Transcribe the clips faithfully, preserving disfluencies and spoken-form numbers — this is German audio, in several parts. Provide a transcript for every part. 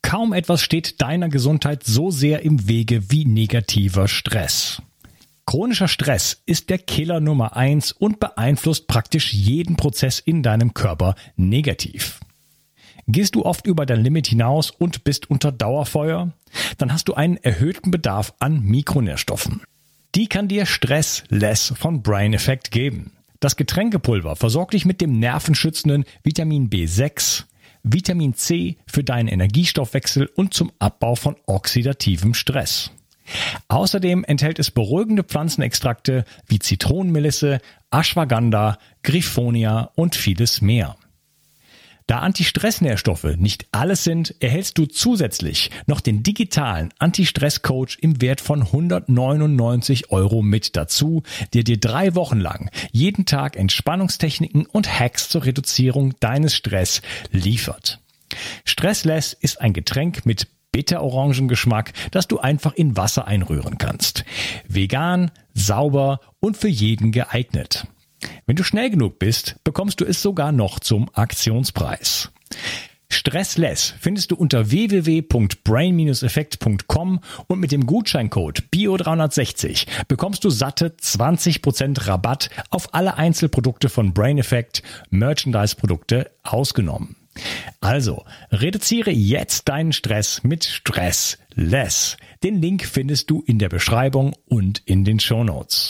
Kaum etwas steht deiner Gesundheit so sehr im Wege wie negativer Stress. Chronischer Stress ist der Killer Nummer eins und beeinflusst praktisch jeden Prozess in deinem Körper negativ. Gehst du oft über dein Limit hinaus und bist unter Dauerfeuer? Dann hast du einen erhöhten Bedarf an Mikronährstoffen. Die kann dir Stress Less von Brain Effect geben. Das Getränkepulver versorgt dich mit dem nervenschützenden Vitamin B sechs, Vitamin C für deinen Energiestoffwechsel und zum Abbau von oxidativem Stress. Außerdem enthält es beruhigende Pflanzenextrakte wie Zitronenmelisse, Ashwagandha, Griffonia und vieles mehr. Da Anti-Stress-Nährstoffe nicht alles sind, erhältst du zusätzlich noch den digitalen Anti-Stress-Coach im Wert von hundertneunundneunzig Euro mit dazu, der dir drei Wochen lang jeden Tag Entspannungstechniken und Hacks zur Reduzierung deines Stress liefert. Stressless ist ein Getränk mit Bitter-Orangengeschmack, das du einfach in Wasser einrühren kannst. Vegan, sauber und für jeden geeignet. Wenn du schnell genug bist, bekommst du es sogar noch zum Aktionspreis. Stressless findest du unter w w w punkt brain effect punkt com und mit dem Gutscheincode B I O dreihundertsechzig bekommst du satte zwanzig Prozent Rabatt auf alle Einzelprodukte von Brain Effect, Merchandise-Produkte ausgenommen. Also, reduziere jetzt deinen Stress mit Stressless. Den Link findest du in der Beschreibung und in den Shownotes.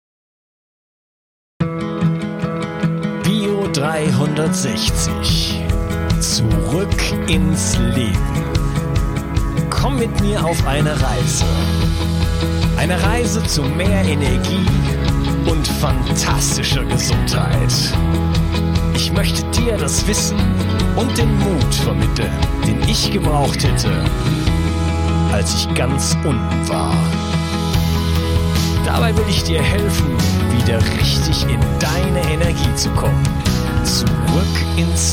Bio dreihundertsechzig. Zurück ins Leben. Komm mit mir auf eine Reise. Eine Reise zu mehr Energie und fantastischer Gesundheit. Ich möchte dir das Wissen und den Mut vermitteln, den ich gebraucht hätte, als ich ganz unten war. Dabei will ich dir helfen, wieder richtig in deine Energie zu kommen. Zurück ins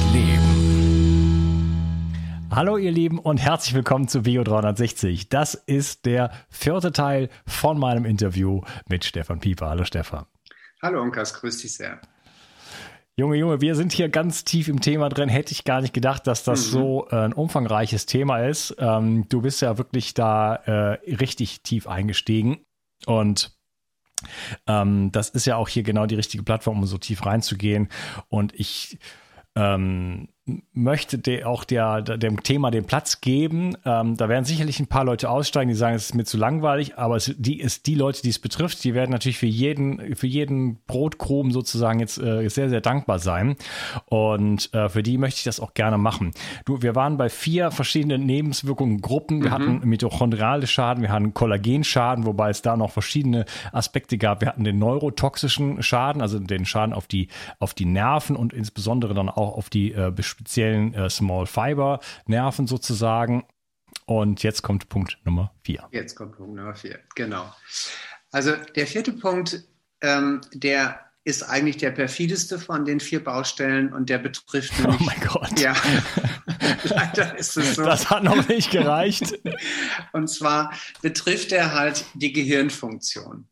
Leben. Hallo ihr Lieben und herzlich willkommen zu Bio dreihundertsechzig. Das ist der vierte Teil von meinem Interview mit Stefan Pieper. Hallo Stefan. Hallo Unkas, grüß dich sehr. Junge, Junge, wir sind hier ganz tief im Thema drin. Hätte ich gar nicht gedacht, dass das mhm. so äh, ein umfangreiches Thema ist. Ähm, du bist ja wirklich da äh, richtig tief eingestiegen und ähm, das ist ja auch hier genau die richtige Plattform, um so tief reinzugehen. Und ich ähm, möchte de auch der, der, dem Thema den Platz geben. Ähm, da werden sicherlich ein paar Leute aussteigen, die sagen, es ist mir zu langweilig, aber es die, ist die Leute, die es betrifft, die werden natürlich für jeden, für jeden Brotkrumen sozusagen jetzt äh, sehr, sehr dankbar sein. Und äh, für die möchte ich das auch gerne machen. Du, wir waren bei vier verschiedenen Nebenwirkungen-Gruppen. Wir mhm. hatten mitochondriale Schaden, wir hatten Kollagenschaden, wobei es da noch verschiedene Aspekte gab. Wir hatten den neurotoxischen Schaden, also den Schaden auf die, auf die Nerven und insbesondere dann auch auf die äh, speziellen äh, Small Fiber Nerven sozusagen. Und jetzt kommt Punkt Nummer vier. Jetzt kommt Punkt Nummer vier, genau. Also der vierte Punkt, ähm, der ist eigentlich der perfideste von den vier Baustellen und der betrifft nämlich... Oh mein Gott. Ja, leider ist es so. Das hat noch nicht gereicht. Und zwar betrifft er halt die Gehirnfunktion.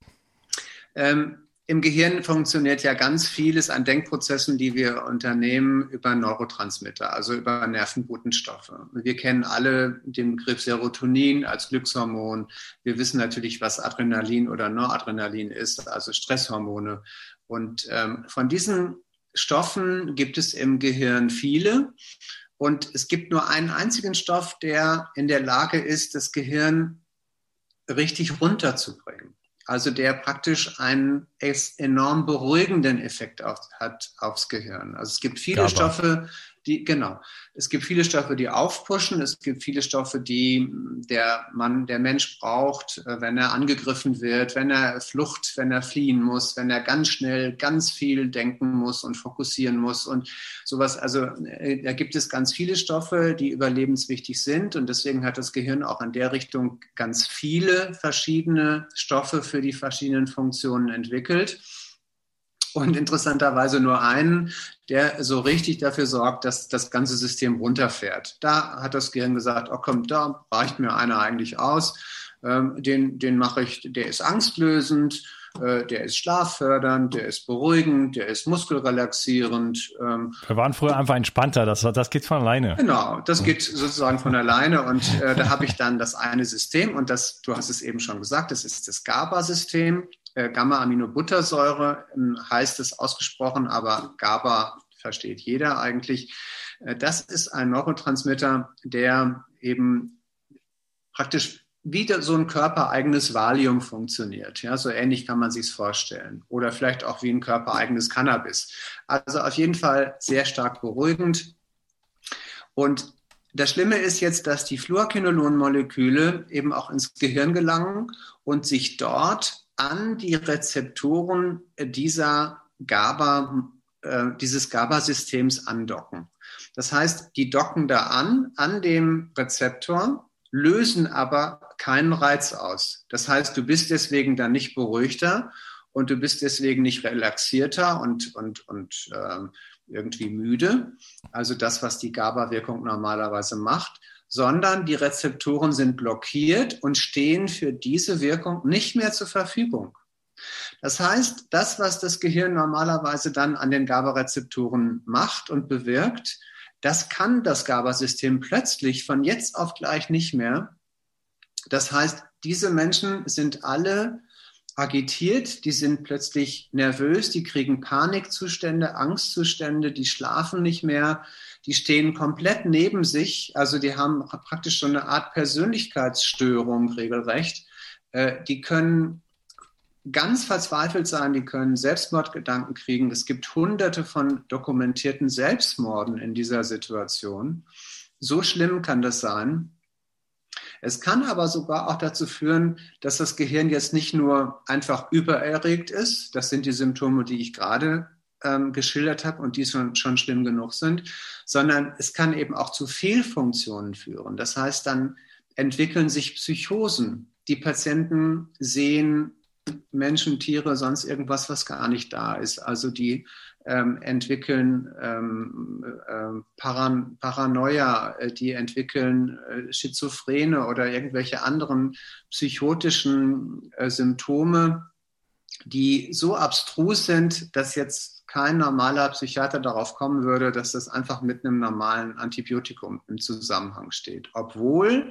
Ähm, Im Gehirn funktioniert ja ganz vieles an Denkprozessen, die wir unternehmen, über Neurotransmitter, also über Nervenbotenstoffe. Wir kennen alle den Begriff Serotonin als Glückshormon. Wir wissen natürlich, was Adrenalin oder Noradrenalin ist, also Stresshormone. Und ähm, von diesen Stoffen gibt es im Gehirn viele. Und es gibt nur einen einzigen Stoff, der in der Lage ist, das Gehirn richtig runterzubringen. Also der praktisch einen enorm beruhigenden Effekt auf, hat aufs Gehirn. Also es gibt viele GABA. Stoffe, die, genau, es gibt viele Stoffe, die aufpushen, es gibt viele Stoffe, die der Mann, der Mensch braucht, wenn er angegriffen wird, wenn er flucht, wenn er fliehen muss, wenn er ganz schnell ganz viel denken muss und fokussieren muss und sowas. Also da gibt es ganz viele Stoffe, die überlebenswichtig sind und deswegen hat das Gehirn auch in der Richtung ganz viele verschiedene Stoffe für die verschiedenen Funktionen entwickelt. Und interessanterweise nur einen, der so richtig dafür sorgt, dass das ganze System runterfährt. Da hat das Gehirn gesagt, oh komm, da reicht mir einer eigentlich aus. Ähm, den den mache ich, der ist angstlösend. äh, der ist schlaffördernd, der ist beruhigend, der ist muskelrelaxierend. Ähm, Wir waren früher einfach entspannter, das, das geht von alleine. Genau, das geht sozusagen von alleine und äh, da habe ich dann das eine System und das, du hast es eben schon gesagt, das ist das GABA-System. Äh, Gamma-Aminobuttersäure äh, heißt es ausgesprochen, aber GABA versteht jeder eigentlich. Äh, das ist ein Neurotransmitter, der eben praktisch wie so ein körpereigenes Valium funktioniert. Ja, so ähnlich kann man sich es vorstellen. Oder vielleicht auch wie ein körpereigenes Cannabis. Also auf jeden Fall sehr stark beruhigend. Und das Schlimme ist jetzt, dass die Fluorquinolon-Moleküle eben auch ins Gehirn gelangen und sich dort an die Rezeptoren dieser GABA, äh, dieses GABA-Systems andocken. Das heißt, die docken da an, an dem Rezeptor, lösen aber keinen Reiz aus. Das heißt, du bist deswegen dann nicht beruhigter und du bist deswegen nicht relaxierter und, und, und ähm, irgendwie müde, also das, was die GABA-Wirkung normalerweise macht, sondern die Rezeptoren sind blockiert und stehen für diese Wirkung nicht mehr zur Verfügung. Das heißt, das, was das Gehirn normalerweise dann an den GABA-Rezeptoren macht und bewirkt, das kann das GABA-System plötzlich von jetzt auf gleich nicht mehr. Das heißt, diese Menschen sind alle agitiert, die sind plötzlich nervös, die kriegen Panikzustände, Angstzustände, die schlafen nicht mehr, die stehen komplett neben sich, also die haben praktisch so eine Art Persönlichkeitsstörung regelrecht. Die können ganz verzweifelt sein, die können Selbstmordgedanken kriegen. Es gibt hunderte von dokumentierten Selbstmorden in dieser Situation. So schlimm kann das sein. Es kann aber sogar auch dazu führen, dass das Gehirn jetzt nicht nur einfach übererregt ist, das sind die Symptome, die ich gerade ähm, geschildert habe und die schon, schon schlimm genug sind, sondern es kann eben auch zu Fehlfunktionen führen. Das heißt, dann entwickeln sich Psychosen. Die Patienten sehen Menschen, Tiere, sonst irgendwas, was gar nicht da ist. Also die ähm, entwickeln ähm, äh, Paran- Paranoia, die entwickeln äh, Schizophrene oder irgendwelche anderen psychotischen äh, Symptome, die so abstrus sind, dass jetzt kein normaler Psychiater darauf kommen würde, dass das einfach mit einem normalen Antibiotikum im Zusammenhang steht. Obwohl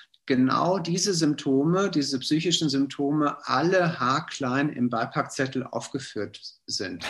genau diese Symptome, diese psychischen Symptome, alle haarklein im Beipackzettel aufgeführt sind.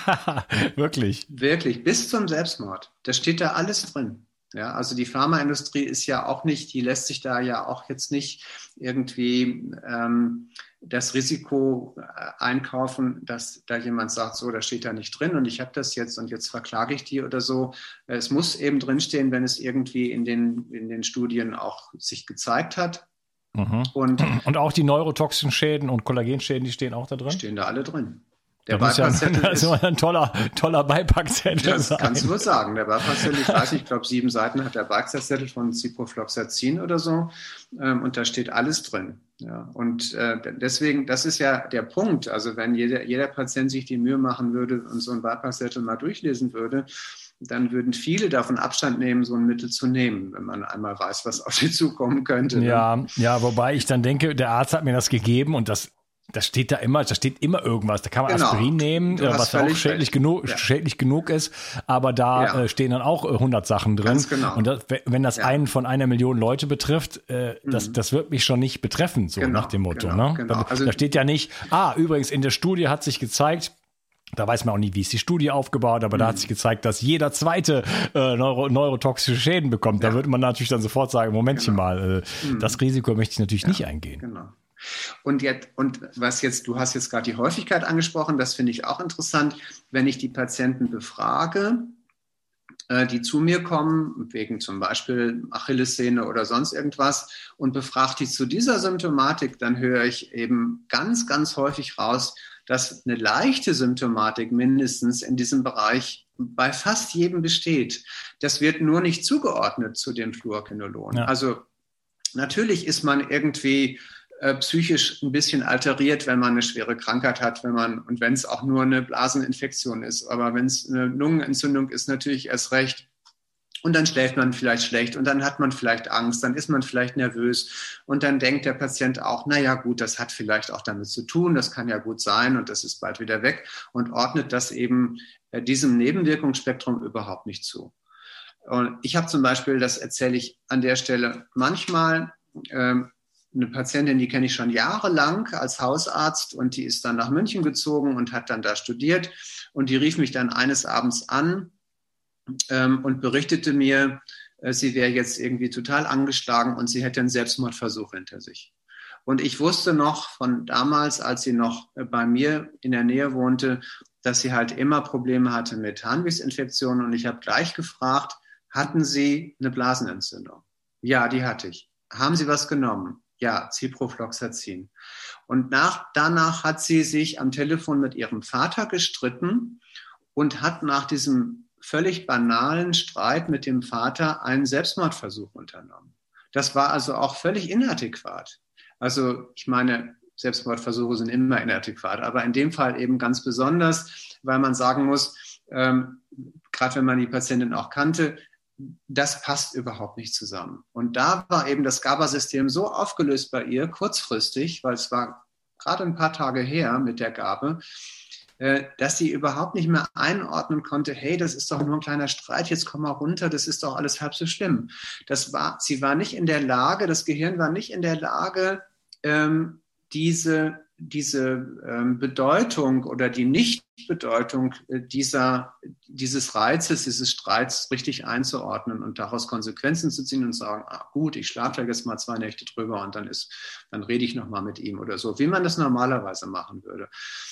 Wirklich? Wirklich, bis zum Selbstmord. Da steht da alles drin. Ja, also die Pharmaindustrie ist ja auch nicht, die lässt sich da ja auch jetzt nicht irgendwie ähm, das Risiko einkaufen, dass da jemand sagt, so, das steht da nicht drin und ich habe das jetzt und jetzt verklage ich die oder so. Es muss eben drinstehen, wenn es irgendwie in den, in den Studien auch sich gezeigt hat. Mhm. Und, und auch die neurotoxischen Schäden und Kollagenschäden, die stehen auch da drin? Stehen da alle drin. Der das Beipackzettel ist ja ein toller, toller Beipackzettel. Das sein. kannst du wohl sagen. Der Beipackzettel, ich weiß nicht, ich glaube, sieben Seiten hat der Beipackzettel von Ciprofloxacin oder so. Ähm, und da steht alles drin. Ja, und äh, deswegen, das ist ja der Punkt. Also wenn jeder, jeder Patient sich die Mühe machen würde und so einen Beipackzettel mal durchlesen würde, dann würden viele davon Abstand nehmen, so ein Mittel zu nehmen, wenn man einmal weiß, was auf sie zukommen könnte. Ne? Ja, ja, wobei ich dann denke, der Arzt hat mir das gegeben und das Das steht da immer, da steht immer irgendwas. Da kann man genau. Aspirin nehmen, was ja auch schädlich genug, ja. schädlich genug ist. Aber da ja. äh, stehen dann auch hundert Sachen drin. Ganz genau. Und das, wenn das ja. einen von einer Million Leute betrifft, äh, mhm. das, das wird mich schon nicht betreffen, so genau, nach dem Motto. Genau, ne? genau. Da, also, da steht ja nicht, ah, übrigens in der Studie hat sich gezeigt, da weiß man auch nicht, wie ist die Studie aufgebaut, aber mhm. da hat sich gezeigt, dass jeder zweite äh, neuro, neurotoxische Schäden bekommt. Da ja. würde man natürlich dann sofort sagen, Momentchen genau. mal, äh, mhm. das Risiko möchte ich natürlich ja. nicht eingehen. Genau. Und jetzt, und was jetzt, du hast jetzt gerade die Häufigkeit angesprochen, das finde ich auch interessant, wenn ich die Patienten befrage, äh, die zu mir kommen, wegen zum Beispiel Achillessehne oder sonst irgendwas, und befrage die zu dieser Symptomatik, dann höre ich eben ganz, ganz häufig raus, dass eine leichte Symptomatik mindestens in diesem Bereich bei fast jedem besteht. Das wird nur nicht zugeordnet zu den Fluorquinolonen. Ja. Also natürlich ist man irgendwie psychisch ein bisschen alteriert, wenn man eine schwere Krankheit hat, wenn man, und wenn es auch nur eine Blaseninfektion ist. Aber wenn es eine Lungenentzündung ist, natürlich erst recht. Und dann schläft man vielleicht schlecht und dann hat man vielleicht Angst, dann ist man vielleicht nervös und dann denkt der Patient auch, na ja gut, das hat vielleicht auch damit zu tun, das kann ja gut sein und das ist bald wieder weg und ordnet das eben äh, diesem Nebenwirkungsspektrum überhaupt nicht zu. Und ich habe zum Beispiel, das erzähle ich an der Stelle manchmal, ähm, eine Patientin, die kenne ich schon jahrelang als Hausarzt und die ist dann nach München gezogen und hat dann da studiert und die rief mich dann eines Abends an und berichtete mir, sie wäre jetzt irgendwie total angeschlagen und sie hätte einen Selbstmordversuch hinter sich. Und ich wusste noch von damals, als sie noch bei mir in der Nähe wohnte, dass sie halt immer Probleme hatte mit Harnwegsinfektionen. Und ich habe gleich gefragt, hatten Sie eine Blasenentzündung? Ja, die hatte ich. Haben Sie was genommen? Ja, Ciprofloxacin. Und nach, danach hat sie sich am Telefon mit ihrem Vater gestritten und hat nach diesem völlig banalen Streit mit dem Vater einen Selbstmordversuch unternommen. Das war also auch völlig inadäquat. Also ich meine, Selbstmordversuche sind immer inadäquat, aber in dem Fall eben ganz besonders, weil man sagen muss, ähm, gerade wenn man die Patientin auch kannte, das passt überhaupt nicht zusammen. Und da war eben das GABA-System so aufgelöst bei ihr, kurzfristig, weil es war gerade ein paar Tage her mit der Gabe, dass sie überhaupt nicht mehr einordnen konnte, hey, das ist doch nur ein kleiner Streit, jetzt komm mal runter, das ist doch alles halb so schlimm. Das war, sie war nicht in der Lage, das Gehirn war nicht in der Lage, ähm, diese, diese ähm, Bedeutung oder die Nichtbedeutung äh, dieser, dieses Reizes, dieses Streits richtig einzuordnen und daraus Konsequenzen zu ziehen und sagen, ah, gut, ich schlafe da jetzt mal zwei Nächte drüber und dann ist, dann rede ich nochmal mit ihm oder so, wie man das normalerweise machen würde.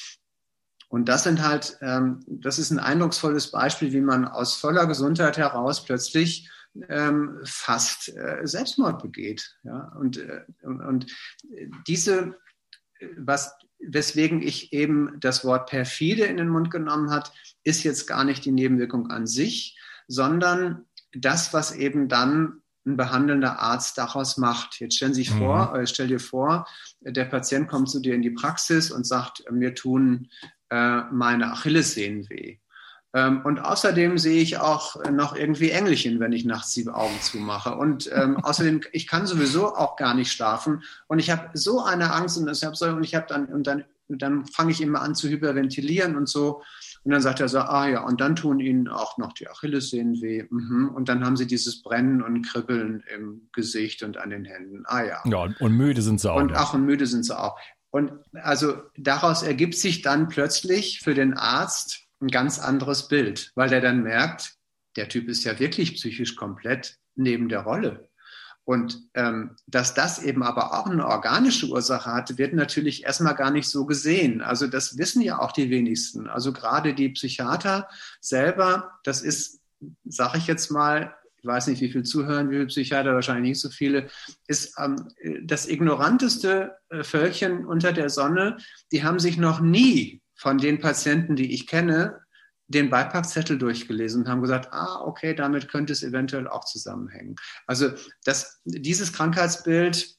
Und das sind halt, ähm, das ist ein eindrucksvolles Beispiel, wie man aus voller Gesundheit heraus plötzlich ähm, fast äh, Selbstmord begeht. Ja? Und, äh, und, und diese, was, weswegen ich eben das Wort perfide in den Mund genommen hat, ist jetzt gar nicht die Nebenwirkung an sich, sondern das, was eben dann ein behandelnder Arzt daraus macht. Jetzt stellen Sie sich mhm. vor, äh, stell dir vor, der Patient kommt zu dir in die Praxis und sagt, mir tun meine Achillessehnen weh. Und außerdem sehe ich auch noch irgendwie Engelchen, wenn ich nachts die Augen zumache. Und ähm, außerdem, ich kann sowieso auch gar nicht schlafen. Und ich habe so eine Angst und ich habe so, und ich habe dann, und dann, und dann fange ich immer an zu hyperventilieren und so. Und dann sagt er so, ah ja, und dann tun Ihnen auch noch die Achillessehnen weh. Mhm. Und dann haben Sie dieses Brennen und Kribbeln im Gesicht und an den Händen. Ah ja. Ja, und müde sind Sie auch. Und ach, und müde sind Sie auch. Und also daraus ergibt sich dann plötzlich für den Arzt ein ganz anderes Bild, weil der dann merkt, der Typ ist ja wirklich psychisch komplett neben der Rolle. Und ähm, dass das eben aber auch eine organische Ursache hat, wird natürlich erstmal gar nicht so gesehen. Also das wissen ja auch die wenigsten. Also gerade die Psychiater selber, das ist, sage ich jetzt mal, ich weiß nicht, wie viel zuhören, wie viele Psychiater, wahrscheinlich nicht so viele, ist ähm, das ignoranteste äh, Völkchen unter der Sonne. Die haben sich noch nie von den Patienten, die ich kenne, den Beipackzettel durchgelesen und haben gesagt, ah, okay, damit könnte es eventuell auch zusammenhängen. Also das, dieses Krankheitsbild,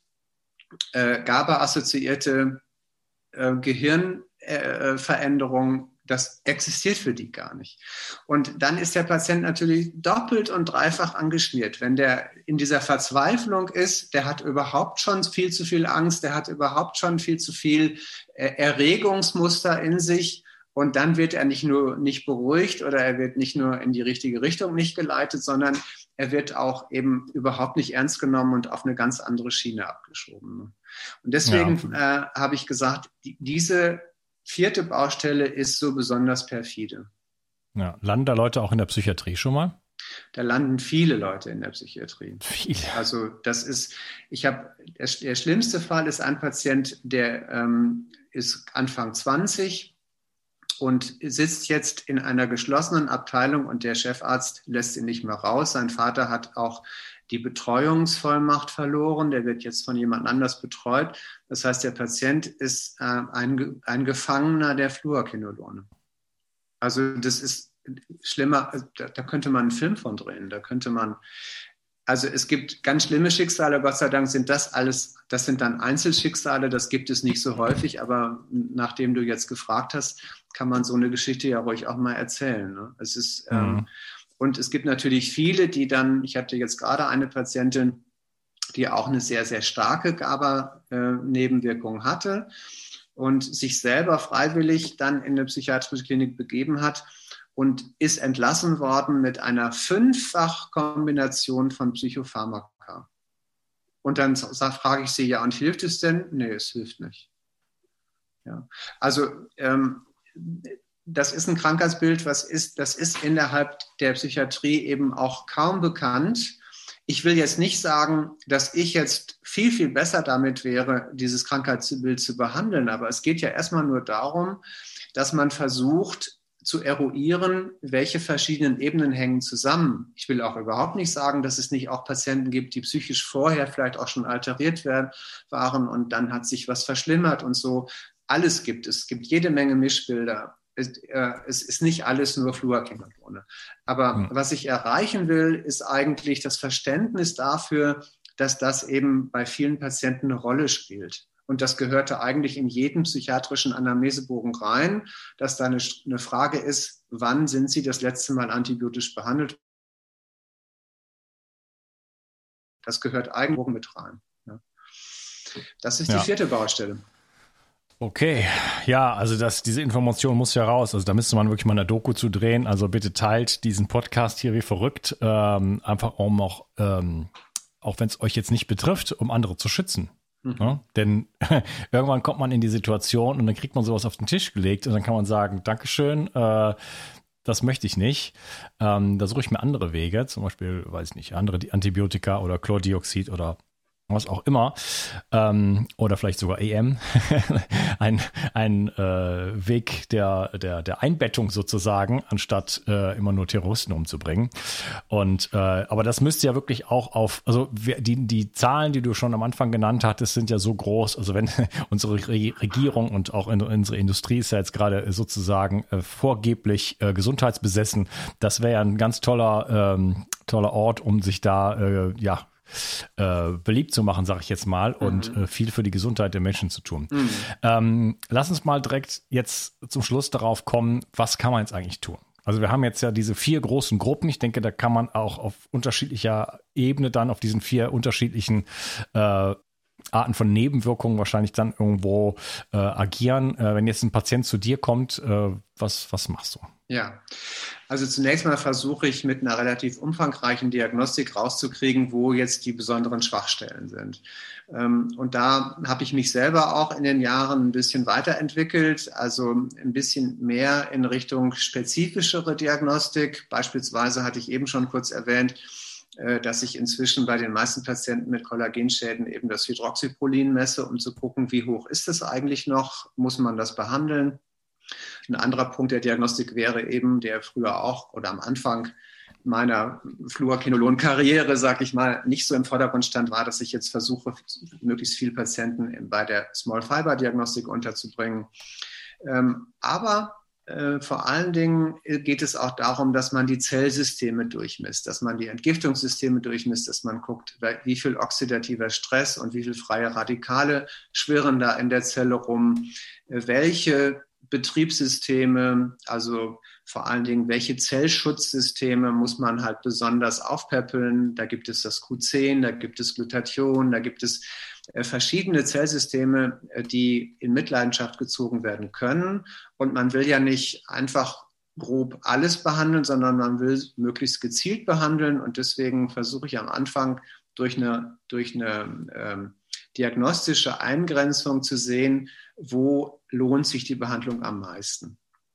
äh, GABA-assoziierte äh, Gehirnveränderung, das existiert für die gar nicht. Und dann ist der Patient natürlich doppelt und dreifach angeschmiert. Wenn der in dieser Verzweiflung ist, der hat überhaupt schon viel zu viel Angst, der hat überhaupt schon viel zu viel äh, Erregungsmuster in sich. Und dann wird er nicht nur nicht beruhigt oder er wird nicht nur in die richtige Richtung nicht geleitet, sondern er wird auch eben überhaupt nicht ernst genommen und auf eine ganz andere Schiene abgeschoben. Und deswegen ja. äh, habe ich gesagt, die, diese vierte Baustelle ist so besonders perfide. Ja, landen da Leute auch in der Psychiatrie schon mal? Da landen viele Leute in der Psychiatrie. Viele. Also das ist, ich habe, der, der schlimmste Fall ist ein Patient, der ähm, ist Anfang zwanzig und sitzt jetzt in einer geschlossenen Abteilung und der Chefarzt lässt ihn nicht mehr raus. Sein Vater hat auch die Betreuungsvollmacht verloren, der wird jetzt von jemand anders betreut. Das heißt, der Patient ist äh, ein, ein Gefangener der Fluorquinolone. Also das ist schlimmer, da, da könnte man einen Film von drehen, da könnte man, also es gibt ganz schlimme Schicksale, Gott sei Dank sind das alles, das sind dann Einzelschicksale, das gibt es nicht so häufig, aber nachdem du jetzt gefragt hast, kann man so eine Geschichte ja ruhig auch mal erzählen. Ne? Es ist, mhm. ähm, Und es gibt natürlich viele, die dann, ich hatte jetzt gerade eine Patientin, die auch eine sehr, sehr starke GABA-Nebenwirkung hatte und sich selber freiwillig dann in eine psychiatrische Klinik begeben hat und ist entlassen worden mit einer Fünffach-Kombination von Psychopharmaka. Und dann frage ich sie, ja, und hilft es denn? Nee, es hilft nicht. Ja. Also ähm, das ist ein Krankheitsbild, was ist, das ist innerhalb der Psychiatrie eben auch kaum bekannt. Ich will jetzt nicht sagen, dass ich jetzt viel, viel besser damit wäre, dieses Krankheitsbild zu behandeln, aber es geht ja erstmal nur darum, dass man versucht zu eruieren, welche verschiedenen Ebenen hängen zusammen. Ich will auch überhaupt nicht sagen, dass es nicht auch Patienten gibt, die psychisch vorher vielleicht auch schon alteriert werden, waren und dann hat sich was verschlimmert und so. Alles gibt es. Es gibt jede Menge Mischbilder. Es, äh, es ist nicht alles nur Fluorquinolone. Aber mhm. was ich erreichen will, ist eigentlich das Verständnis dafür, dass das eben bei vielen Patienten eine Rolle spielt. Und das gehörte eigentlich in jeden psychiatrischen Anamnesebogen rein, dass da eine, eine Frage ist, wann sind Sie das letzte Mal antibiotisch behandelt? Das gehört eigentlich mit rein. Ja. Das ist die ja. vierte Baustelle. Okay, ja, also das, diese Information muss ja raus. Also da müsste man wirklich mal eine Doku zu drehen. Also bitte teilt diesen Podcast hier wie verrückt, ähm, einfach um auch, ähm, auch wenn es euch jetzt nicht betrifft, um andere zu schützen. Mhm. Ja? Denn irgendwann kommt man in die Situation und dann kriegt man sowas auf den Tisch gelegt und dann kann man sagen, Dankeschön, äh, das möchte ich nicht. Ähm, da suche ich mir andere Wege, zum Beispiel, weiß ich nicht, andere Antibiotika oder Chlordioxid oder was auch immer, ähm, oder vielleicht sogar E M, ein, ein äh, Weg der, der, der Einbettung sozusagen, anstatt äh, immer nur Terroristen umzubringen. Und äh, aber das müsste ja wirklich auch auf, also die, die Zahlen, die du schon am Anfang genannt hattest, sind ja so groß. Also wenn unsere Re- Regierung und auch in, unsere Industrie ist ja jetzt gerade sozusagen äh, vorgeblich äh, gesundheitsbesessen, das wäre ja ein ganz toller, ähm, toller Ort, um sich da, äh, ja, Äh, beliebt zu machen, sage ich jetzt mal, mhm. und äh, viel für die Gesundheit der Menschen zu tun. Mhm. Ähm, lass uns mal direkt jetzt zum Schluss darauf kommen, was kann man jetzt eigentlich tun? Also wir haben jetzt ja diese vier großen Gruppen. Ich denke, da kann man auch auf unterschiedlicher Ebene dann auf diesen vier unterschiedlichen äh, Arten von Nebenwirkungen wahrscheinlich dann irgendwo äh, agieren. Äh, wenn jetzt ein Patient zu dir kommt, äh, was, was machst du? Ja, also zunächst mal versuche ich mit einer relativ umfangreichen Diagnostik rauszukriegen, wo jetzt die besonderen Schwachstellen sind. Und da habe ich mich selber auch in den Jahren ein bisschen weiterentwickelt, also ein bisschen mehr in Richtung spezifischere Diagnostik. Beispielsweise hatte ich eben schon kurz erwähnt, dass ich inzwischen bei den meisten Patienten mit Kollagenschäden eben das Hydroxyprolin messe, um zu gucken, wie hoch ist es eigentlich noch, muss man das behandeln? Ein anderer Punkt der Diagnostik wäre eben, der früher auch oder am Anfang meiner Fluorquinolon-Karriere, sag ich mal, nicht so im Vordergrund stand, war, dass ich jetzt versuche, möglichst viele Patienten bei der Small-Fiber-Diagnostik unterzubringen. Aber äh, vor allen Dingen geht es auch darum, dass man die Zellsysteme durchmisst, dass man die Entgiftungssysteme durchmisst, dass man guckt, wie viel oxidativer Stress und wie viel freie Radikale schwirren da in der Zelle rum, welche Betriebssysteme, also vor allen Dingen, welche Zellschutzsysteme muss man halt besonders aufpäppeln. Da gibt es das Q zehn, da gibt es Glutathion, da gibt es äh, verschiedene Zellsysteme, äh, die in Mitleidenschaft gezogen werden können. Und man will ja nicht einfach grob alles behandeln, sondern man will möglichst gezielt behandeln. Und deswegen versuche ich am Anfang durch eine, durch eine ähm, diagnostische Eingrenzung zu sehen, wo lohnt sich die Behandlung am meisten.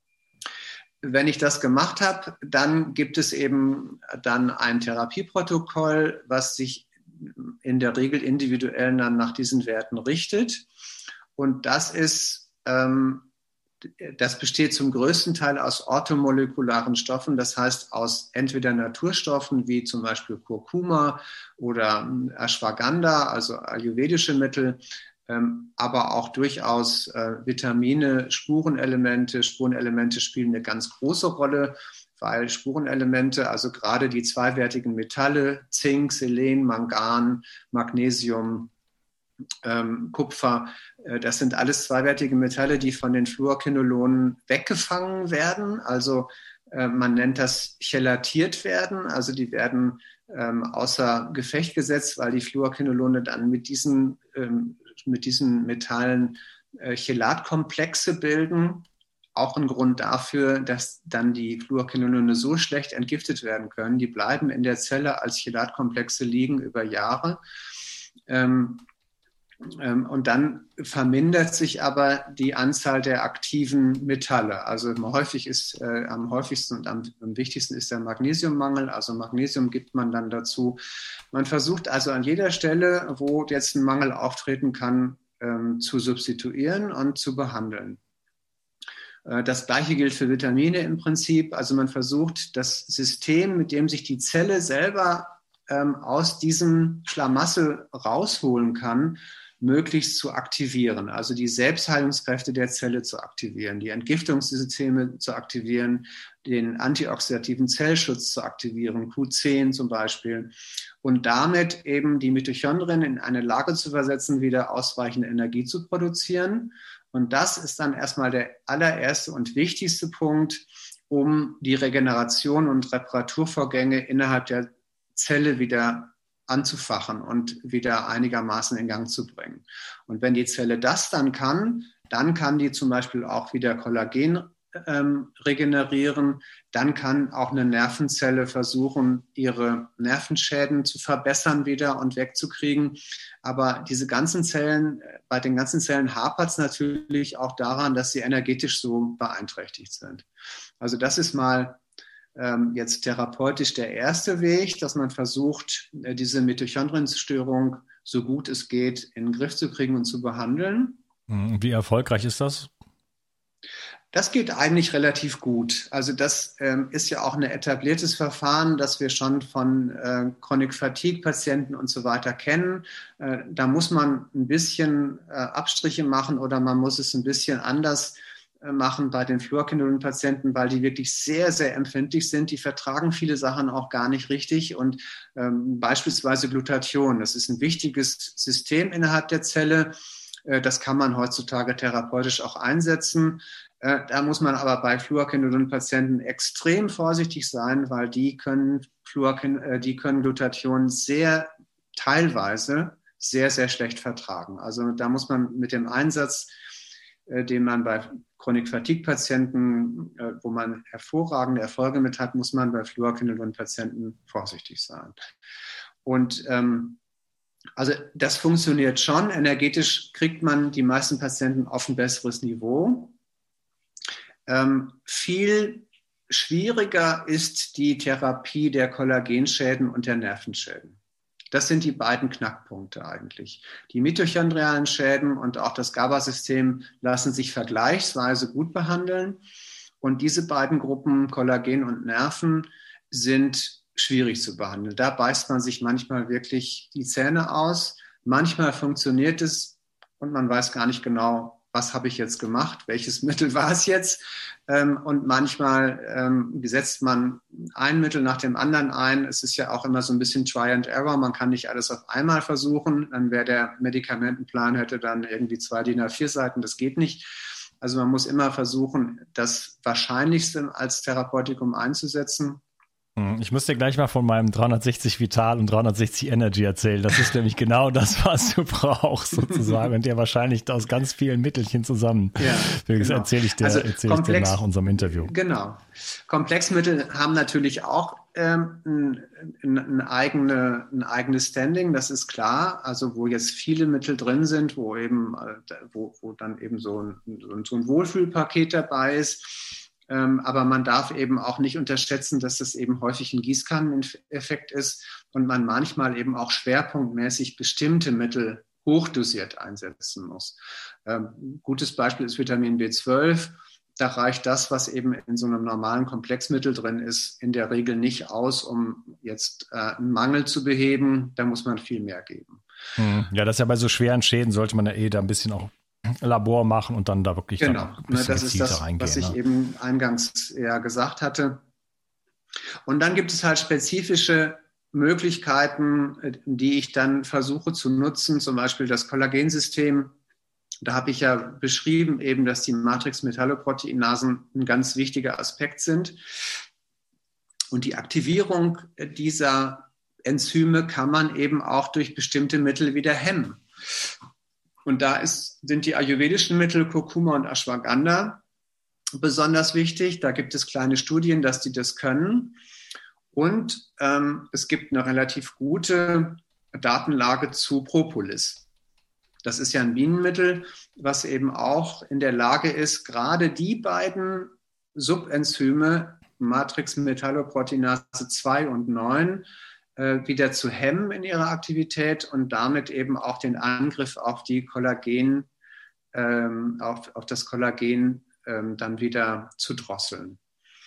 Wenn ich das gemacht habe, dann gibt es eben dann ein Therapieprotokoll, was sich in der Regel individuell dann nach diesen Werten richtet. Und das ist, ähm, das besteht zum größten Teil aus orthomolekularen Stoffen, das heißt aus entweder Naturstoffen wie zum Beispiel Kurkuma oder Ashwagandha, also ayurvedische Mittel, ähm, aber auch durchaus äh, Vitamine, Spurenelemente. Spurenelemente spielen eine ganz große Rolle, weil Spurenelemente, also gerade die zweiwertigen Metalle, Zink, Selen, Mangan, Magnesium, ähm, Kupfer, äh, das sind alles zweiwertige Metalle, die von den Fluorquinolonen weggefangen werden. Also Äh, man nennt das chelatiert werden, also die werden ähm, außer Gefecht gesetzt, weil die Fluorquinolone dann mit diesen, ähm, mit diesen Metallen äh, Chelatkomplexe bilden. Auch ein Grund dafür, dass dann die Fluorquinolone so schlecht entgiftet werden können. Die bleiben in der Zelle als Chelatkomplexe liegen über Jahre. Ähm, ähm, und dann vermindert sich aber die Anzahl der aktiven Metalle. Also häufig ist, äh, am häufigsten und am, am wichtigsten ist der Magnesiummangel. Also Magnesium gibt man dann dazu. Man versucht also an jeder Stelle, wo jetzt ein Mangel auftreten kann, ähm, zu substituieren und zu behandeln. Das Gleiche gilt für Vitamine im Prinzip. Also man versucht, das System, mit dem sich die Zelle selber ähm, aus diesem Schlamassel rausholen kann, möglichst zu aktivieren. Also die Selbstheilungskräfte der Zelle zu aktivieren, die Entgiftungssysteme zu aktivieren, den antioxidativen Zellschutz zu aktivieren, Q zehn zum Beispiel. Und damit eben die Mitochondrien in eine Lage zu versetzen, wieder ausreichende Energie zu produzieren. Und das ist dann erstmal der allererste und wichtigste Punkt, um die Regeneration und Reparaturvorgänge innerhalb der Zelle wieder anzufachen und wieder einigermaßen in Gang zu bringen. Und wenn die Zelle das dann kann, dann kann die zum Beispiel auch wieder Kollagen ähm, regenerieren. Dann kann auch eine Nervenzelle versuchen, ihre Nervenschäden zu verbessern wieder und wegzukriegen. Aber diese ganzen Zellen, bei den ganzen Zellen hapert es natürlich auch daran, dass sie energetisch so beeinträchtigt sind. Also das ist mal ähm, jetzt therapeutisch der erste Weg, dass man versucht, diese Mitochondrienstörung so gut es geht in den Griff zu kriegen und zu behandeln. Wie erfolgreich ist das? Das geht eigentlich relativ gut. Also das ähm, ist ja auch ein etabliertes Verfahren, das wir schon von äh, Chronic Fatigue Patienten und so weiter kennen. Äh, da muss man ein bisschen äh, Abstriche machen oder man muss es ein bisschen anders äh, machen bei den Fluorquinolone-Patienten, weil die wirklich sehr, sehr empfindlich sind. Die vertragen viele Sachen auch gar nicht richtig und ähm, beispielsweise Glutathion. Das ist ein wichtiges System innerhalb der Zelle. Äh, das kann man heutzutage therapeutisch auch einsetzen. Da muss man aber bei Fluorquinolone-Patienten extrem vorsichtig sein, weil die können, Fluorquin, die können Glutathion sehr teilweise sehr, sehr schlecht vertragen. Also da muss man mit dem Einsatz, den man bei Chronic Fatigue-Patienten, wo man hervorragende Erfolge mit hat, muss man bei Fluorquinolone-Patienten vorsichtig sein. Und ähm, also das funktioniert schon. Energetisch kriegt man die meisten Patienten auf ein besseres Niveau. Ähm, viel schwieriger ist die Therapie der Kollagenschäden und der Nervenschäden. Das sind die beiden Knackpunkte eigentlich. Die mitochondrialen Schäden und auch das GABA-System lassen sich vergleichsweise gut behandeln. Und diese beiden Gruppen, Kollagen und Nerven, sind schwierig zu behandeln. Da beißt man sich manchmal wirklich die Zähne aus. Manchmal funktioniert es und man weiß gar nicht genau, was habe ich jetzt gemacht, welches Mittel war es jetzt? Ähm, und manchmal ähm, setzt man ein Mittel nach dem anderen ein. Es ist ja auch immer so ein bisschen Try and Error. Man kann nicht alles auf einmal versuchen. Dann wäre der Medikamentenplan, hätte dann irgendwie zwei D I N A vier Seiten. Das geht nicht. Also man muss immer versuchen, das Wahrscheinlichste als Therapeutikum einzusetzen. Ich muss dir gleich mal von meinem dreihundertsechzig Vital und dreihundertsechzig Energy erzählen. Das ist nämlich genau das, was du brauchst sozusagen und der wahrscheinlich aus ganz vielen Mittelchen zusammen. Ja, das genau. erzähle ich dir, also erzähl komplex, ich dir nach unserem Interview. Genau. Komplexmittel haben natürlich auch ähm, ein, ein, eigene, ein eigenes Standing, das ist klar. Also wo jetzt viele Mittel drin sind, wo eben, wo, wo dann eben so ein, so ein Wohlfühlpaket dabei ist. Ähm, aber man darf eben auch nicht unterschätzen, dass das eben häufig ein Gießkanneneffekt ist und man manchmal eben auch schwerpunktmäßig bestimmte Mittel hochdosiert einsetzen muss. Ähm, gutes Beispiel ist Vitamin B zwölf. Da reicht das, was eben in so einem normalen Komplexmittel drin ist, in der Regel nicht aus, um jetzt äh, einen Mangel zu beheben. Da muss man viel mehr geben. Ja, das ist ja bei so schweren Schäden sollte man ja eh da ein bisschen auch Labor machen und dann da wirklich genau. dann ein bisschen das ist das, reingehen, was ich ne? eben eingangs ja gesagt hatte. Und dann gibt es halt spezifische Möglichkeiten, die ich dann versuche zu nutzen, zum Beispiel das Kollagensystem Da habe ich ja beschrieben eben, dass die Matrix-Metalloproteinasen ein ganz wichtiger Aspekt sind. Und die Aktivierung dieser Enzyme kann man eben auch durch bestimmte Mittel wieder hemmen. Und da ist, sind die ayurvedischen Mittel Kurkuma und Ashwagandha besonders wichtig. Da gibt es kleine Studien, dass die das können. Und ähm, es gibt eine relativ gute Datenlage zu Propolis. Das ist ja ein Bienenmittel, was eben auch in der Lage ist, gerade die beiden Subenzyme, Matrix-Metalloproteinase zwei und neun, äh, wieder zu hemmen in ihrer Aktivität und damit eben auch den Angriff auf die Kollagen, ähm, auf, auf das Kollagen ähm, dann wieder zu drosseln.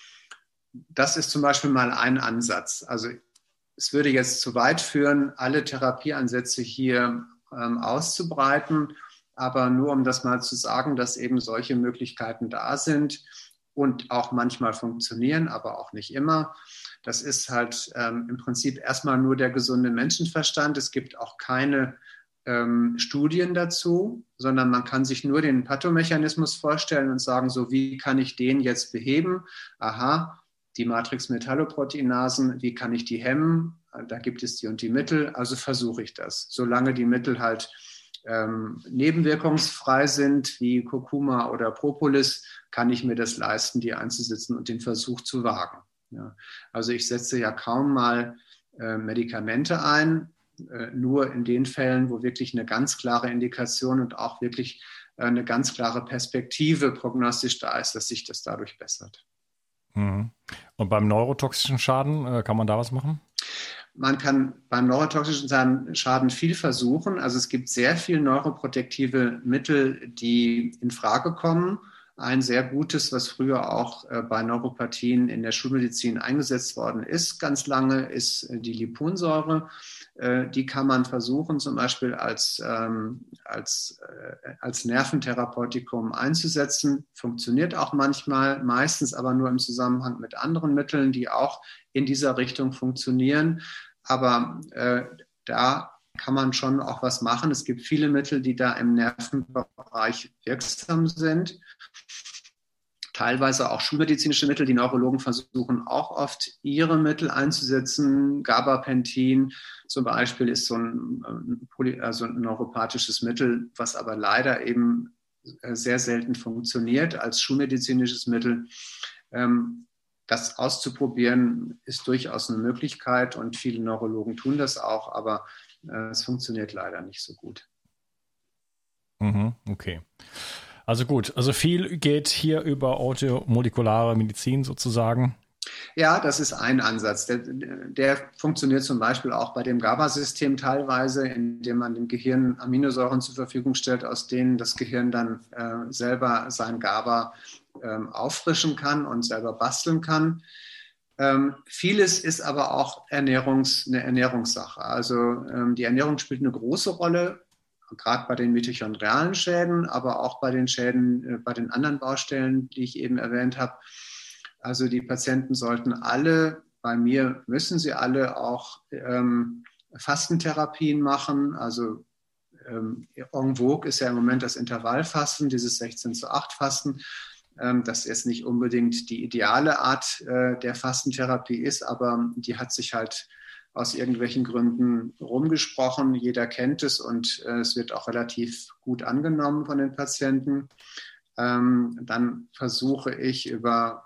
Das ist zum Beispiel mal ein Ansatz. Also es würde jetzt zu weit führen, alle Therapieansätze hier ähm, auszubreiten, aber nur um das mal zu sagen, dass eben solche Möglichkeiten da sind und auch manchmal funktionieren, aber auch nicht immer. Das ist halt ähm, im Prinzip erstmal nur der gesunde Menschenverstand. Es gibt auch keine ähm, Studien dazu, sondern man kann sich nur den Pathomechanismus vorstellen und sagen, so wie kann ich den jetzt beheben? Aha, die Matrix-Metalloproteinasen, wie kann ich die hemmen? Da gibt es die und die Mittel, also versuche ich das. Solange die Mittel halt ähm, nebenwirkungsfrei sind, wie Kurkuma oder Propolis, kann ich mir das leisten, die einzusetzen und den Versuch zu wagen. Ja. Also ich setze ja kaum mal äh, Medikamente ein, äh, nur in den Fällen, wo wirklich eine ganz klare Indikation und auch wirklich äh, eine ganz klare Perspektive prognostisch da ist, dass sich das dadurch bessert. Mhm. Und beim neurotoxischen Schaden, äh, kann man da was machen? Man kann beim neurotoxischen Schaden viel versuchen. Also es gibt sehr viele neuroprotektive Mittel, die in Frage kommen. Ein sehr gutes, was früher auch bei Neuropathien in der Schulmedizin eingesetzt worden ist, ganz lange, ist die Liponsäure. Die kann man versuchen, zum Beispiel als, als, als Nerventherapeutikum einzusetzen. Funktioniert auch manchmal, meistens aber nur im Zusammenhang mit anderen Mitteln, die auch in dieser Richtung funktionieren. Aber äh, da kann man schon auch was machen. Es gibt viele Mittel, die da im Nervenbereich wirksam sind. Teilweise auch schulmedizinische Mittel. Die Neurologen versuchen auch oft, ihre Mittel einzusetzen. Gabapentin zum Beispiel ist so ein, also ein neuropathisches Mittel, was aber leider eben sehr selten funktioniert als schulmedizinisches Mittel. Ähm, Das auszuprobieren ist durchaus eine Möglichkeit und viele Neurologen tun das auch, aber äh, es funktioniert leider nicht so gut. Mhm, okay. Also gut, also viel geht hier über automolekulare Medizin sozusagen. Ja, das ist ein Ansatz. Der, der funktioniert zum Beispiel auch bei dem GABA-System teilweise, indem man dem Gehirn Aminosäuren zur Verfügung stellt, aus denen das Gehirn dann äh, selber sein GABA ähm, auffrischen kann und selber basteln kann. Ähm, vieles ist aber auch Ernährungs-, eine Ernährungssache. Also ähm, die Ernährung spielt eine große Rolle, gerade bei den mitochondrialen Schäden, aber auch bei den Schäden, äh, bei den anderen Baustellen, die ich eben erwähnt habe. Also die Patienten sollten alle, bei mir müssen sie alle auch ähm, Fastentherapien machen. Also ähm, en vogue ist ja im Moment das Intervallfasten, dieses sechzehn zu acht Fasten. Ähm, das jetzt nicht unbedingt die ideale Art äh, der Fastentherapie ist, aber die hat sich halt aus irgendwelchen Gründen rumgesprochen. Jeder kennt es und äh, es wird auch relativ gut angenommen von den Patienten. Ähm, dann versuche ich über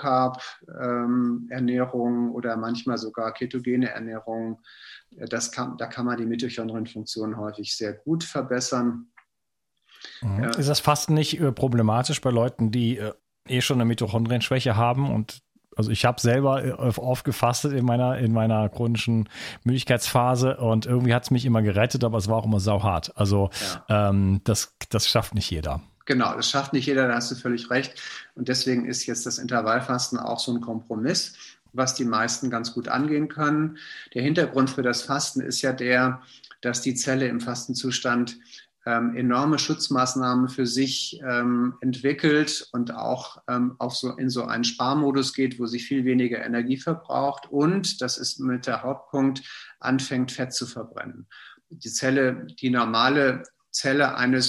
Low-Carb-Ernährung ähm, oder manchmal sogar ketogene Ernährung, das kann, da kann man die Mitochondrienfunktion häufig sehr gut verbessern. Mhm. Ja. Ist das Fasten nicht äh, problematisch bei Leuten, die äh, eh schon eine Mitochondrienschwäche haben? Und also ich habe selber äh, oft gefastet in meiner, in meiner chronischen Müdigkeitsphase und irgendwie hat es mich immer gerettet, aber es war auch immer sauhart. Also ja. ähm, das, das schafft nicht jeder. Genau, das schafft nicht jeder, da hast du völlig recht. Und deswegen ist jetzt das Intervallfasten auch so ein Kompromiss, was die meisten ganz gut angehen können. Der Hintergrund für das Fasten ist ja der, dass die Zelle im Fastenzustand ähm, enorme Schutzmaßnahmen für sich ähm, entwickelt und auch ähm, auf so, in so einen Sparmodus geht, wo sie viel weniger Energie verbraucht und, das ist mit der Hauptpunkt, anfängt Fett zu verbrennen. Die Zelle, die normale Zelle eines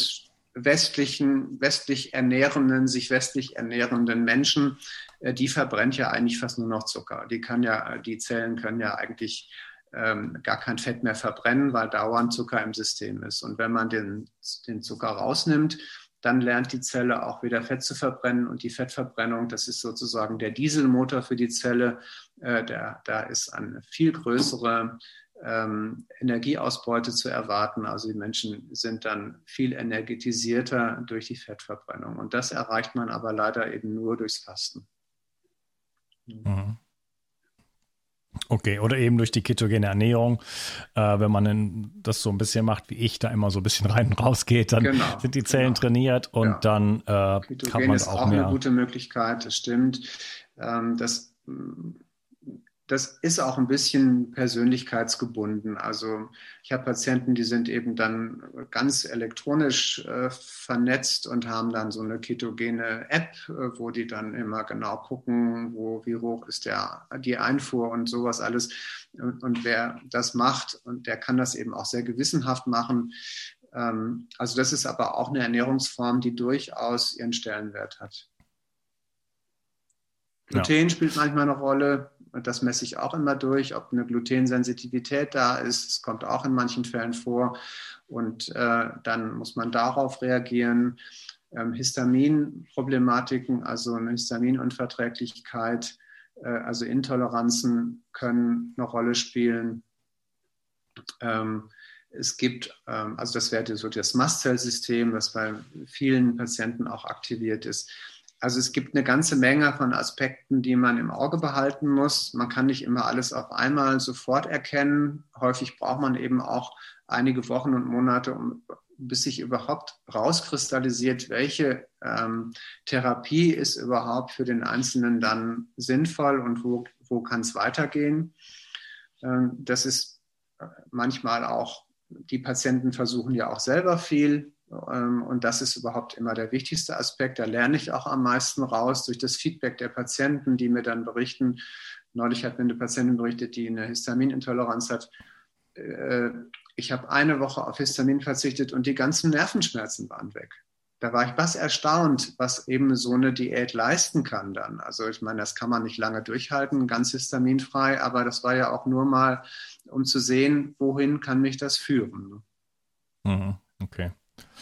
westlichen, westlich ernährenden, sich westlich ernährenden Menschen, äh, die verbrennt ja eigentlich fast nur noch Zucker. Die kann ja, die Zellen können ja eigentlich ähm, gar kein Fett mehr verbrennen, weil dauernd Zucker im System ist. Und wenn man den, den Zucker rausnimmt, dann lernt die Zelle auch wieder Fett zu verbrennen. Und die Fettverbrennung, das ist sozusagen der Dieselmotor für die Zelle. Äh, der, da ist eine viel größere ähm, Energieausbeute zu erwarten. Also die Menschen sind dann viel energetisierter durch die Fettverbrennung. Und das erreicht man aber leider eben nur durchs Fasten. Mhm. Okay, oder eben durch die ketogene Ernährung. Äh, wenn man denn das so ein bisschen macht, wie ich, da immer so ein bisschen rein und raus geht, dann genau, sind die Zellen genau. trainiert und ja. dann äh, Ketogen kann man ist auch auch mehr. Eine gute Möglichkeit, das stimmt. Ähm, das, das ist auch ein bisschen persönlichkeitsgebunden. Also ich habe Patienten, die sind eben dann ganz elektronisch äh, vernetzt und haben dann so eine ketogene App, äh, wo die dann immer genau gucken, wo, wie hoch ist der, die Einfuhr und sowas alles. Und, und wer das macht, und der kann das eben auch sehr gewissenhaft machen. Ähm, also das ist aber auch eine Ernährungsform, die durchaus ihren Stellenwert hat. Gluten ja. spielt manchmal eine Rolle. Das messe ich auch immer durch, ob eine Glutensensitivität da ist. Das kommt auch in manchen Fällen vor. Und äh, dann muss man darauf reagieren. Ähm, Histaminproblematiken, also eine Histaminunverträglichkeit, äh, also Intoleranzen können eine Rolle spielen. Ähm, es gibt, ähm, also das wäre so das Mastzellsystem, was bei vielen Patienten auch aktiviert ist. Also es gibt eine ganze Menge von Aspekten, die man im Auge behalten muss. Man kann nicht immer alles auf einmal sofort erkennen. Häufig braucht man eben auch einige Wochen und Monate, um, bis sich überhaupt rauskristallisiert, welche ähm, Therapie ist überhaupt für den Einzelnen dann sinnvoll und wo, wo kann es weitergehen. Ähm, das ist manchmal auch, die Patienten versuchen ja auch selber viel. Und das ist überhaupt immer der wichtigste Aspekt. Da lerne ich auch am meisten raus durch das Feedback der Patienten, die mir dann berichten. Neulich hat mir eine Patientin berichtet, die eine Histaminintoleranz hat. Ich habe eine Woche auf Histamin verzichtet und die ganzen Nervenschmerzen waren weg. Da war ich was erstaunt, was eben so eine Diät leisten kann dann. Also ich meine, das kann man nicht lange durchhalten, ganz histaminfrei, aber das war ja auch nur mal, um zu sehen, wohin kann mich das führen. Mhm, okay.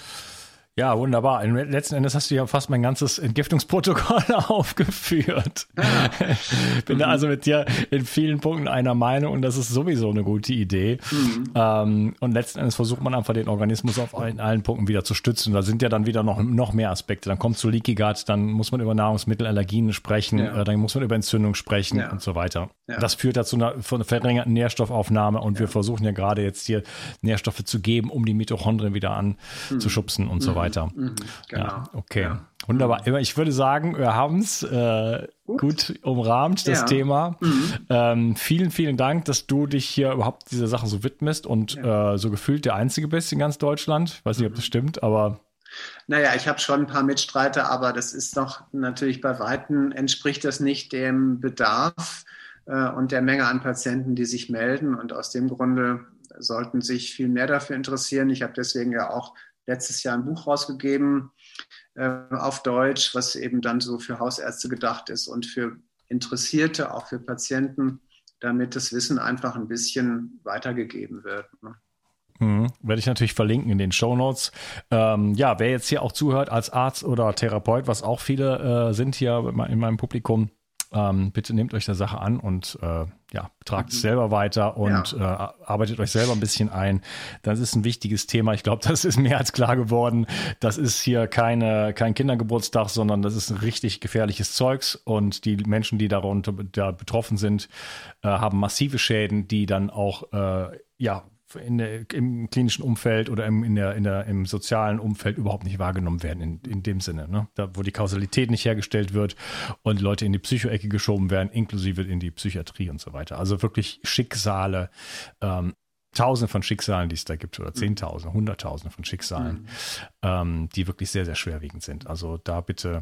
Ja, wunderbar. Letzten Endes hast du ja fast mein ganzes Entgiftungsprotokoll aufgeführt. Ah. Bin mhm. da also mit dir in vielen Punkten einer Meinung und das ist sowieso eine gute Idee. Mhm. Ähm, und letzten Endes versucht man einfach den Organismus auf allen, allen Punkten wieder zu stützen. Da sind ja dann wieder noch, noch mehr Aspekte. Dann kommt zu Leaky Gut, dann muss man über Nahrungsmittelallergien sprechen, ja. äh, dann muss man über Entzündung sprechen ja. und so weiter. Ja. Das führt dazu einer, einer verringerten Nährstoffaufnahme und ja. wir versuchen ja gerade jetzt hier Nährstoffe zu geben, um die Mitochondrien wieder anzuschubsen mhm. und so weiter. Mhm, genau. Ja, okay, ja. Wunderbar. Ich würde sagen, wir haben es äh, gut. gut umrahmt, das ja. Thema. Mhm. Ähm, vielen, vielen Dank, dass du dich hier überhaupt dieser Sache so widmest und ja. äh, so gefühlt der Einzige bist in ganz Deutschland. Ich weiß nicht, ob das stimmt, aber... Naja, ich habe schon ein paar Mitstreiter, aber das ist doch natürlich bei Weitem, entspricht das nicht dem Bedarf äh, und der Menge an Patienten, die sich melden. Und aus dem Grunde sollten sich viel mehr dafür interessieren. Ich habe deswegen ja auch letztes Jahr ein Buch rausgegeben äh, auf Deutsch, was eben dann so für Hausärzte gedacht ist und für Interessierte, auch für Patienten, damit das Wissen einfach ein bisschen weitergegeben wird. Ne? Mhm. Werde ich natürlich verlinken in den Shownotes. Ähm, ja, wer jetzt hier auch zuhört als Arzt oder Therapeut, was auch viele äh, sind hier in meinem Publikum, Ähm, bitte nehmt euch der Sache an und äh, ja, tragt es selber weiter und ja. äh, arbeitet euch selber ein bisschen ein. Das ist ein wichtiges Thema. Ich glaube, das ist mehr als klar geworden. Das ist hier keine, kein Kindergeburtstag, sondern das ist ein richtig gefährliches Zeugs und die Menschen, die darunter da betroffen sind, äh, haben massive Schäden, die dann auch äh, ja in der, im klinischen Umfeld oder im, in der, in der, im sozialen Umfeld überhaupt nicht wahrgenommen werden in, in dem Sinne, ne? Da, wo die Kausalität nicht hergestellt wird und Leute in die Psychoecke geschoben werden, inklusive in die Psychiatrie und so weiter. Also wirklich Schicksale, ähm, Tausende von Schicksalen, die es da gibt, oder Zehntausende, Hunderttausende von Schicksalen, mhm. ähm, die wirklich sehr, sehr schwerwiegend sind. Also da bitte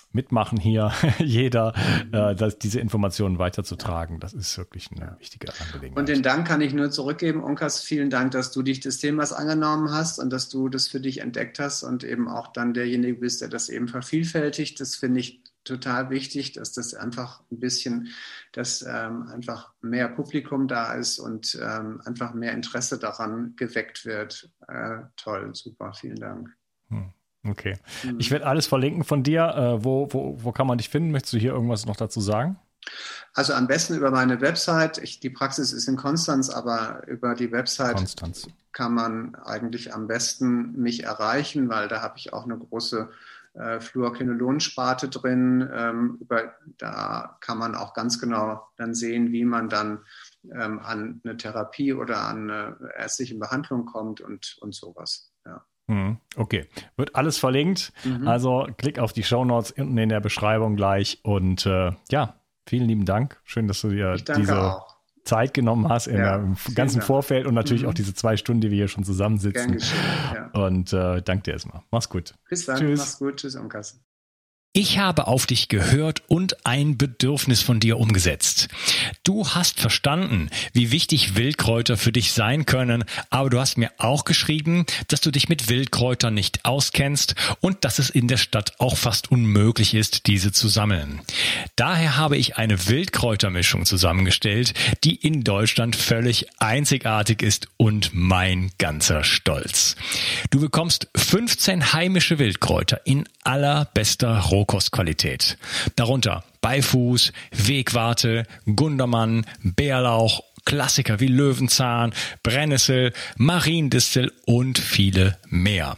mitmachen hier, jeder, äh, dass diese Informationen weiterzutragen. Das ist wirklich eine wichtige Angelegenheit. Und den Dank kann ich nur zurückgeben. Unkas, vielen Dank, dass du dich des Themas angenommen hast und dass du das für dich entdeckt hast und eben auch dann derjenige bist, der das eben vervielfältigt. Das finde ich total wichtig, dass das einfach ein bisschen, dass ähm, einfach mehr Publikum da ist und ähm, einfach mehr Interesse daran geweckt wird. Äh, toll, super, vielen Dank. Hm. Okay. Mhm. Ich werde alles verlinken von dir. Äh, wo, wo, wo kann man dich finden? Möchtest du hier irgendwas noch dazu sagen? Also am besten über meine Website. Ich, die Praxis ist in Konstanz, aber über die Website Konstanz. Kann man eigentlich am besten mich erreichen, weil da habe ich auch eine große äh, Fluorquinolon-Sparte drin. Ähm, über, da kann man auch ganz genau dann sehen, wie man dann ähm, an eine Therapie oder an eine ärztliche Behandlung kommt und, und sowas. Ja. Okay, wird alles verlinkt. Mhm. Also klick auf die Shownotes unten in der Beschreibung gleich. Und äh, ja, vielen lieben Dank. Schön, dass du dir diese auch. Zeit genommen hast im, ja, im ganzen Dank. Vorfeld und natürlich mhm. auch diese zwei Stunden, die wir hier schon zusammensitzen. Gern geschehen, ja. Und äh, danke dir erstmal. Mach's gut. Bis dann. Tschüss. Mach's gut. Tschüss, Unkas. Ich habe auf dich gehört und ein Bedürfnis von dir umgesetzt. Du hast verstanden, wie wichtig Wildkräuter für dich sein können, aber du hast mir auch geschrieben, dass du dich mit Wildkräutern nicht auskennst und dass es in der Stadt auch fast unmöglich ist, diese zu sammeln. Daher habe ich eine Wildkräutermischung zusammengestellt, die in Deutschland völlig einzigartig ist und mein ganzer Stolz. Du bekommst fünfzehn heimische Wildkräuter in allerbester Rohkostqualität. Darunter Beifuß, Wegwarte, Gundermann, Bärlauch, Klassiker wie Löwenzahn, Brennnessel, Mariendistel und viele mehr.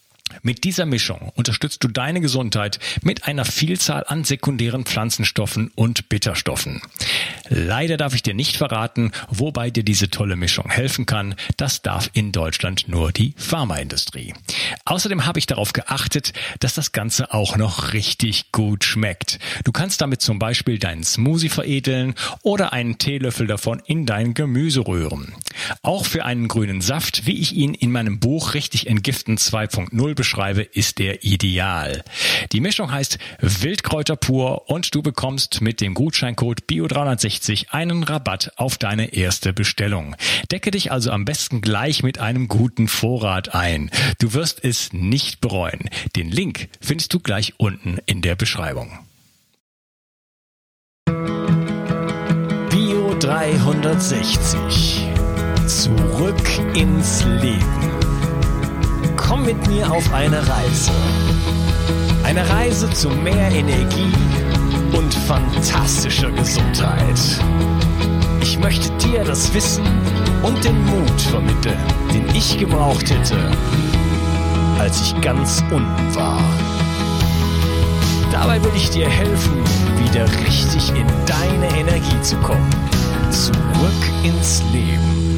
Mit dieser Mischung unterstützt du deine Gesundheit mit einer Vielzahl an sekundären Pflanzenstoffen und Bitterstoffen. Leider darf ich dir nicht verraten, wobei dir diese tolle Mischung helfen kann. Das darf in Deutschland nur die Pharmaindustrie. Außerdem habe ich darauf geachtet, dass das Ganze auch noch richtig gut schmeckt. Du kannst damit zum Beispiel deinen Smoothie veredeln oder einen Teelöffel davon in dein Gemüse rühren. Auch für einen grünen Saft, wie ich ihn in meinem Buch Richtig Entgiften zwei Punkt null beschreibe, ist der ideal. Die Mischung heißt Wildkräuter pur und du bekommst mit dem Gutscheincode Bio dreihundertsechzig einen Rabatt auf deine erste Bestellung. Decke dich also am besten gleich mit einem guten Vorrat ein. Du wirst es nicht bereuen. Den Link findest du gleich unten in der Beschreibung. Bio dreihundertsechzig. Zurück ins Leben. Komm mit mir auf eine Reise. Eine Reise zu mehr Energie und fantastischer Gesundheit. Ich möchte dir das Wissen und den Mut vermitteln, den ich gebraucht hätte, als ich ganz unten war. Dabei will ich dir helfen, wieder richtig in deine Energie zu kommen. Zurück ins Leben.